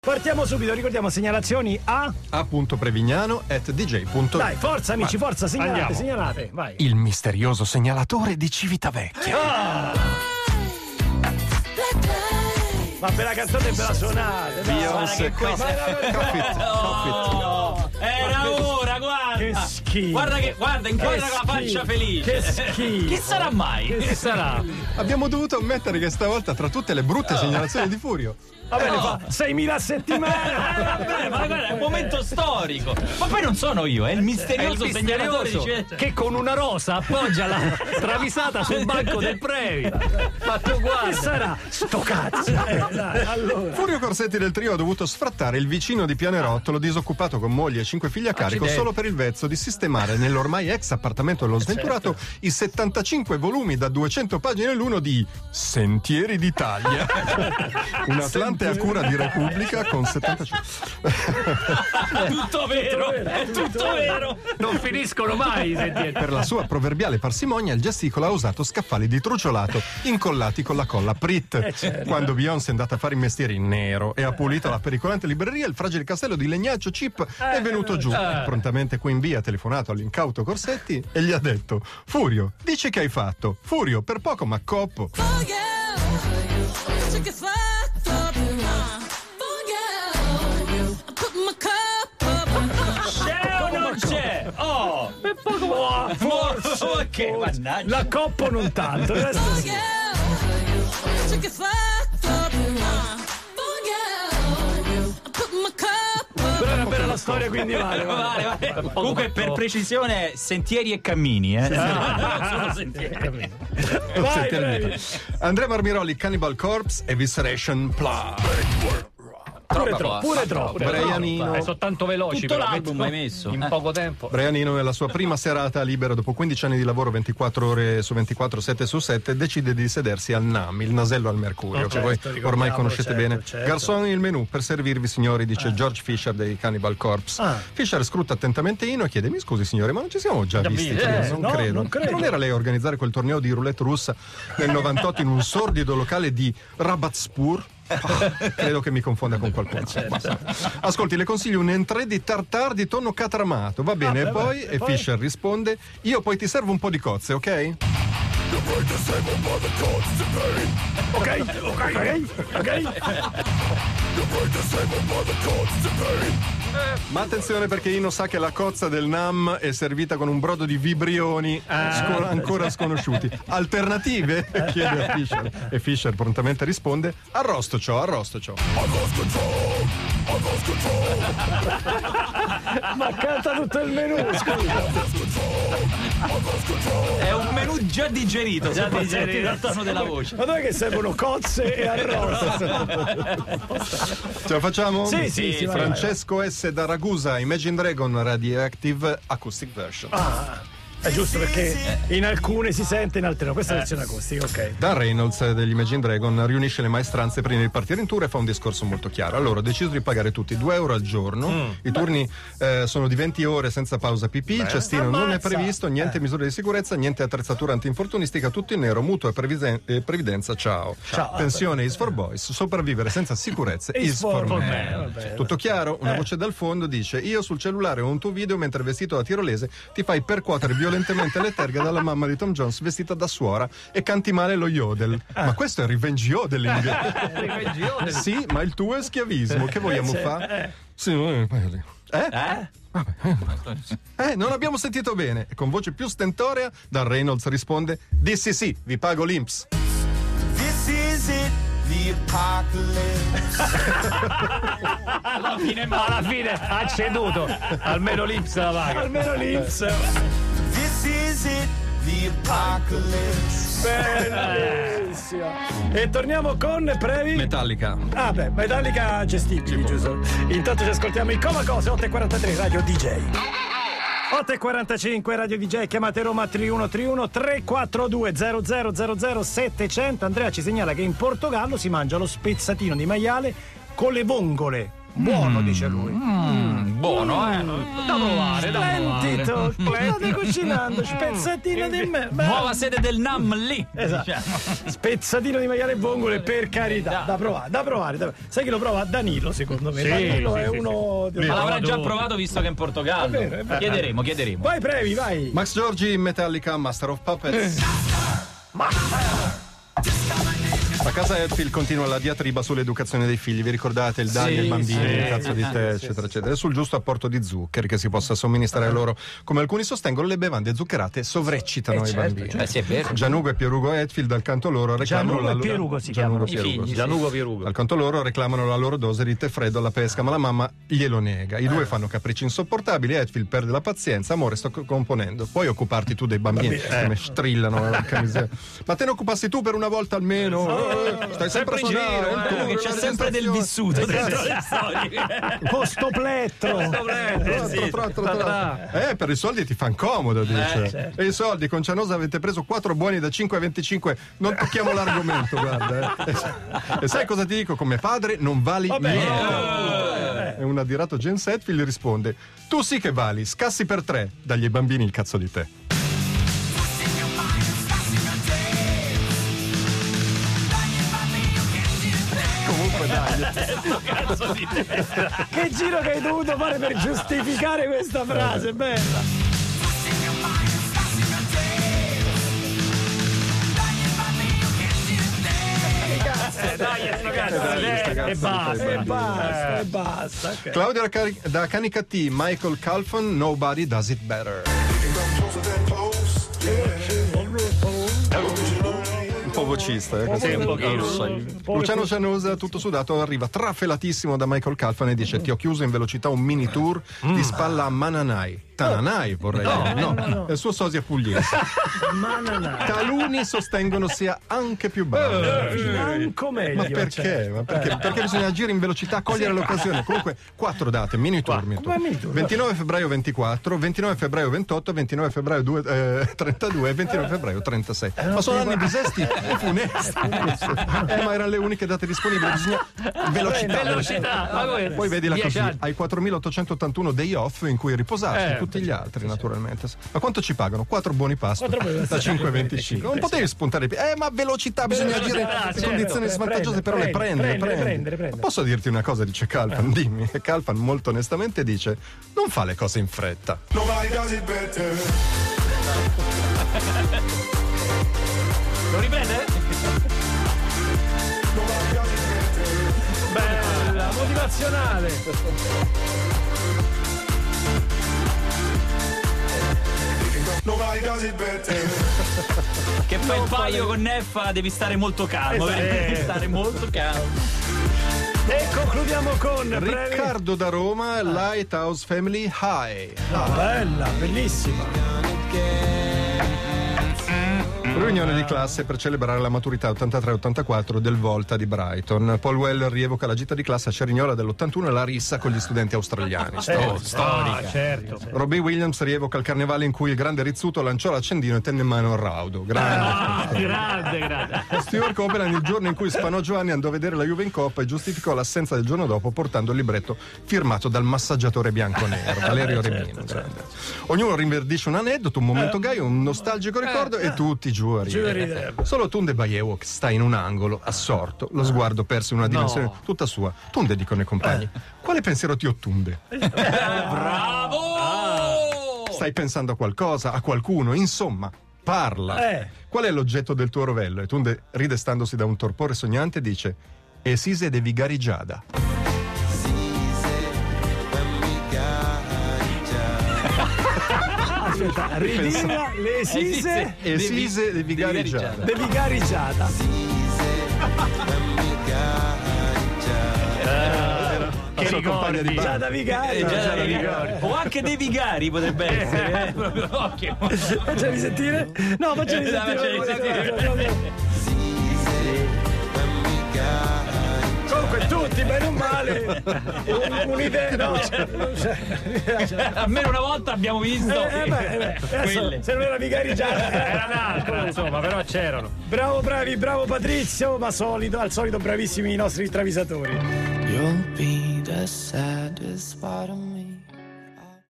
Partiamo subito, ricordiamo segnalazioni a a.prevignano@dj. Dai, forza amici, forza, segnalate, Andiamo. segnalate, vai. Il misterioso segnalatore di Civitavecchia. Ma per la canzone ve la suonate, dai. Beyoncé, Coffee. Era ora, guarda! Che schifo. Guarda, inquadra con la faccia felice! Che schifo. Chi sarà mai? Che sarà? Abbiamo dovuto ammettere che stavolta, tra tutte le brutte segnalazioni di Furio, Vabbè, ne fa 6.000 a settimana. Vabbè, ma guarda, è un momento storico! Ma poi non sono io, è il misterioso segnalatore di Civitavecchia. che con una rosa appoggia la travisata sul banco del Previ. Ma tu Che guarda, sarà? Sto cazzo. Dai, allora. Furio Corsetti del trio ha dovuto sfrattare il vicino di Pianerottolo, disoccupato con moglie e 5 figli a carico, solo per il vezzo di sistemare nell'ormai ex appartamento dello sventurato i 75 volumi da 200 pagine l'uno di Sentieri d'Italia, un Atlante a cura di Repubblica con 75. Tutto vero, è tutto vero! non finiscono mai i sentieri. Per la sua proverbiale parsimonia, il gesticola ha usato scaffali di truciolato incollati con la colla Prit. Quando Beyoncé è andata a fare i mestieri in nero e ha pulito la pericolante libreria, il fragile castello di legnaccio Chip è venuto giù. Prontamente Queen Bee ha telefonato all'incauto Corsetti e gli ha detto: Furio, dici che hai fatto? Furio, per poco ma coppo. C'è o non c'è? Oh! Per poco, forse. Ok, mannaggia! La coppa non tanto. il resto sì. Però era bella la storia, quindi vale. Vale. Comunque, per precisione, sentieri e cammini, eh? Non sono sentieri. Vai, Previ. Andrea Marmiroli, Cannibal Corpse, Evisceration Plus. Pure troppo. Brianino. Sono tanto veloci. Tutto però l'album mettono hai messo. in poco tempo. Brianino, nella sua prima serata libera dopo 15 anni di lavoro, 24 ore su 24, 7 su 7, decide di sedersi al NAM, il nasello al mercurio, che voi ormai conoscete bene. Garzone, il menù per servirvi, signori, dice George Fisher dei Cannibal Corpse. Fisher scruta attentamente Ino e chiede: mi scusi signore, ma non ci siamo già visti prima? Non no, credo. non credo. Non era lei a organizzare quel torneo di roulette russa nel 98 in un sordido locale di Rabatspur? Credo che mi confonda con qualcuno. Ascolti, le consiglio un entrée di tartare di tonno catramato, va bene? E poi Fisher risponde: io poi ti servo un po' di cozze, ok? Ok. Ma attenzione, perché Ino sa che la cozza del NAM è servita con un brodo di vibrioni ancora sconosciuti. Alternative? Chiede a Fisher. E Fisher prontamente risponde: arrosto ciò. Ma canta tutto il menù, scusa. È un menù già digerito dal tono della voce. Ma dove che servono cozze e arrosto? Ce la facciamo? Sì, vai, Francesco S. da Ragusa, Imagine Dragon Radioactive Acoustic Version. È giusto, perché in alcune si sente, in altre no. Questa è la versione acustica, ok. Dan Reynolds degli Imagine Dragon riunisce le maestranze prima di partire in tour e fa un discorso molto chiaro. Allora, ho deciso di pagare tutti €2 al giorno. I turni sono di 20 ore senza pausa pipì. Il cestino non è previsto, niente misure di sicurezza, niente attrezzatura antinfortunistica, tutto in nero, mutuo e previdenza. Ciao. Pensione is for boys, sopravvivere senza sicurezze is for men. Tutto chiaro? Una voce dal fondo dice: io sul cellulare ho un tuo video mentre vestito da tirolese ti fai percuotere violentemente le terghe dalla mamma di Tom Jones vestita da suora e canti male lo yodel. Ma questo è revenge yodeling. Sì, ma il tuo è schiavismo. Che vogliamo fare? Sì, non abbiamo sentito bene. E con voce più stentorea Dan Reynolds risponde: sì, vi pago l'Inps. This is it, the apocalypse. Alla fine ha ceduto. Almeno l'Ips la paga. Almeno l'Inps. This is it, the apocalypse. Bellissimo. E torniamo con Previ. Metallica. Metallica gestibili, giusto. Intanto ci ascoltiamo i Comacose, 8:43 Radio DJ. 8:45 Radio DJ, chiamate Roma 3131 342 0000 700. Andrea ci segnala che in Portogallo si mangia lo spezzatino di maiale con le vongole. Buono, dice lui. buono, Da provare, Splendido. State cucinando, spezzatino di me. Nuova sede del NAM lì. Esatto. Spezzatino di maiale e vongole, per carità, da provare. Sai chi lo prova? Danilo, secondo me. Danilo è uno. Ma l'avrà già provato visto che è in Portogallo. È vero. Chiederemo. Vai Previ, vai. Max Giorgi, Metallica, Master of Puppets. A casa Hetfield continua la diatriba sull'educazione dei figli. Vi ricordate il dagli ai bambini, il cazzo di te, eccetera, eccetera. E sul giusto apporto di zuccheri che si possa somministrare loro. Come alcuni sostengono, le bevande zuccherate sovreccitano i bambini. Sì, è vero. Gianluco e Pierugo Hetfield dal canto loro reclamano Gianluco e Pierugo si chiamano. Gianluco Pierugo. Dal canto loro reclamano la loro dose di tè freddo alla pesca, ma la mamma glielo nega. I due fanno capricci insopportabili. Hetfield perde la pazienza. Amore, sto componendo. Puoi occuparti tu dei bambini? Come strillano la camicia. Ma te ne occupassi tu per una volta almeno? Stai sempre in giro, che c'è sempre del vissuto dentro le storie. Posto plettro. Per i soldi ti fan comodo, dice. E i soldi con Cianosa avete preso 4 buoni da 5,25. Non tocchiamo l'argomento, guarda. E sai cosa ti dico? Come padre non vali niente. E un adirato James Hetfield risponde: tu sì che vali, scassi per 3, dagli ai bambini il cazzo di te. Che giro che hai dovuto fare per giustificare questa frase, bella. E basta. Okay. Claudia da Canicattì, Michael Calfan, Nobody Does It Better. Un po' vocista, Sì, un pochino. Luciano Cianosa, tutto sudato, arriva trafelatissimo da Michael Calfan e dice: ti ho chiuso in velocità un mini tour di spalla a Mananai. Tananai vorrei dire. No. È il suo sosia pugliese. Taluni sostengono sia anche più bravo. Anco meglio. Ma perché? Perché bisogna agire in velocità, cogliere l'occasione. Comunque 4 date, mini tour. 29 febbraio 24, 29 febbraio 28, 29 febbraio 32 e 29 febbraio 36. Ma sono anni bisesti e funesti. Ma erano le uniche date disponibili. Bisogna velocità. Poi vedi così, hai 4.881 day off in cui riposarti. Tutti gli altri, naturalmente. Ma quanto ci pagano? 4 buoni pasto da 5,25. Non potevi spuntare ma velocità, bisogna agire in condizioni svantaggiose, però le prende. Posso dirti una cosa, dice Calfan, dimmi. E Calfan molto onestamente dice: non fa le cose in fretta. Lo riprende? Bella, motivazionale. Che poi il paio con Neffa devi stare molto calmo. Devi stare molto calmo. E concludiamo con Riccardo da Roma, Lighthouse Family High. Bella, bellissima. Riunione di classe per celebrare la maturità 83-84 del Volta di Brighton. Paul Weller rievoca la gita di classe a Cerignola dell'81 e la rissa con gli studenti australiani. Storica. Certo. Robbie Williams rievoca il carnevale in cui il grande Rizzuto lanciò l'accendino e tenne in mano il raudo. Grande. Stuart Copeland il giorno in cui Spanò Giovanni andò a vedere la Juve in Coppa e giustificò l'assenza del giorno dopo portando il libretto firmato dal massaggiatore bianco-nero Valerio Remino. Ognuno rinverdisce un aneddoto, un momento gay, un nostalgico ricordo e tutti giù a ridere. Solo Tunde Bayewok sta in un angolo, assorto, lo sguardo perso in una dimensione tutta sua. Tunde, dicono i compagni. Quale pensiero ti ottunde? Bravo! Stai pensando a qualcosa, a qualcuno, insomma, parla. Qual è l'oggetto del tuo rovello? E Tunde, ridestandosi da un torpore sognante, dice: Esise de Vigarigiada. Aspetta, ridilla le Esise de Vigarigiada. De Vigarigiada. Che ricordi di Giada Vigari. O anche dei Vigari potrebbe essere. Proprio occhio. Facciami sentire? No, facciami sentire. Comunque tutti, bene o male, un'idea, no, almeno una volta abbiamo visto quelle. Se non era Vigarigiada era un altro, insomma, però c'erano. Bravo Patrizio, ma al solito bravissimi i nostri travisatori. You'll be the saddest part of me.